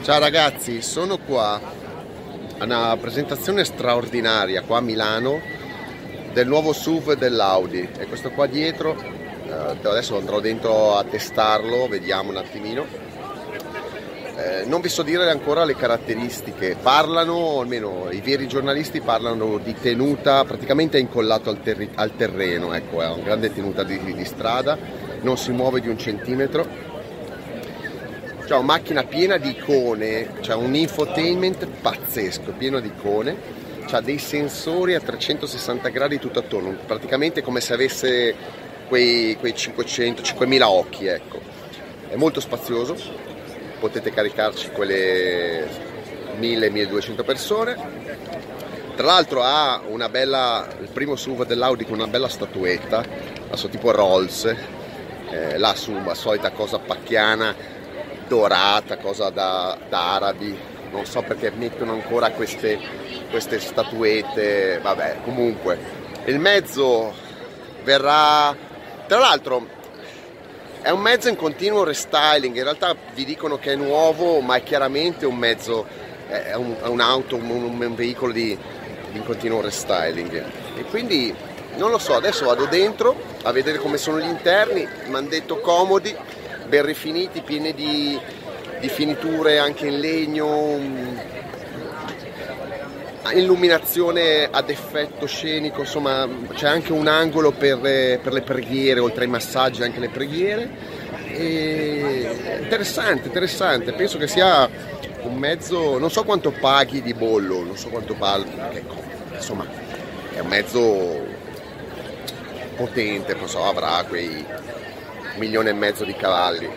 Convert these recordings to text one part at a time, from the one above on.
Ciao ragazzi, sono qua a una presentazione straordinaria qua a Milano del nuovo SUV dell'Audi e questo qua dietro, adesso andrò dentro a testarlo, vediamo un attimino. Non vi so dire ancora le caratteristiche, parlano, o almeno i veri giornalisti parlano di tenuta, praticamente è incollato al terreno, ecco, ha una grande tenuta di strada, non si muove di un centimetro. C'è una macchina piena di icone, c'è un infotainment pazzesco, pieno di icone, c'ha dei sensori a 360 gradi tutto attorno, praticamente come se avesse quei 500-5000 occhi, ecco. È molto spazioso, potete caricarci quelle 1000-1200 persone. Tra l'altro ha il primo SUV dell'Audi con una bella statuetta, la sua tipo Rolls, là su la solita cosa pacchiana, dorata, cosa da arabi, non so perché mettono ancora queste statuette, vabbè, comunque il mezzo verrà, tra l'altro è un mezzo in continuo restyling, in realtà vi dicono che è nuovo ma è chiaramente un mezzo, è un'auto, un veicolo in continuo restyling e quindi non lo so, adesso vado dentro a vedere come sono gli interni, mi hanno detto comodi, ben rifiniti, pieni di finiture anche in legno, illuminazione ad effetto scenico, insomma c'è anche un angolo per le preghiere, oltre ai massaggi anche le preghiere. E interessante, penso che sia un mezzo, non so quanto paghi di bollo, non so quanto perché insomma è un mezzo potente, non so, avrà quei 1,5 milioni di cavalli.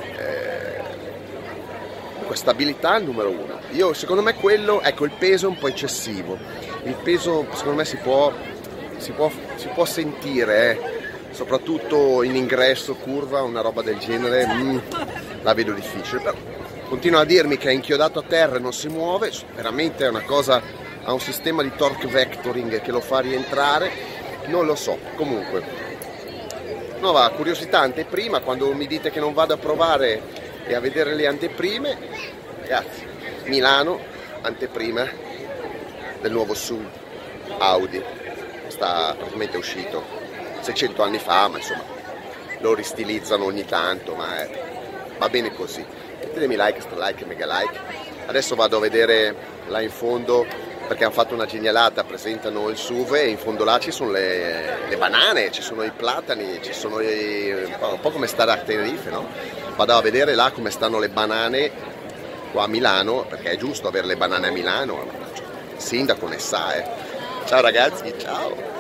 Stabilità numero uno. Secondo me quello, ecco, il peso è un po' eccessivo. Il peso secondo me si può sentire, soprattutto in ingresso, curva, una roba del genere, la vedo difficile. Però continua a dirmi che è inchiodato a terra e non si muove, veramente è una cosa, ha un sistema di torque vectoring che lo fa rientrare, non lo so, comunque. Nuova curiosità, anteprima, quando mi dite che non vado a provare e a vedere le anteprime, ragazzi, Milano, anteprima del nuovo SUV Audi, sta praticamente uscito 600 anni fa, ma insomma lo ristilizzano ogni tanto, ma va bene così. Mettetemi like, stralike, mega like. Adesso vado a vedere là in fondo, perché hanno fatto una genialata, presentano il SUV e in fondo là ci sono le banane, ci sono i platani, ci sono un po' come stare a Tenerife, no? Vado a vedere là come stanno le banane qua a Milano, perché è giusto avere le banane a Milano, il sindaco ne sa. Ciao ragazzi, ciao!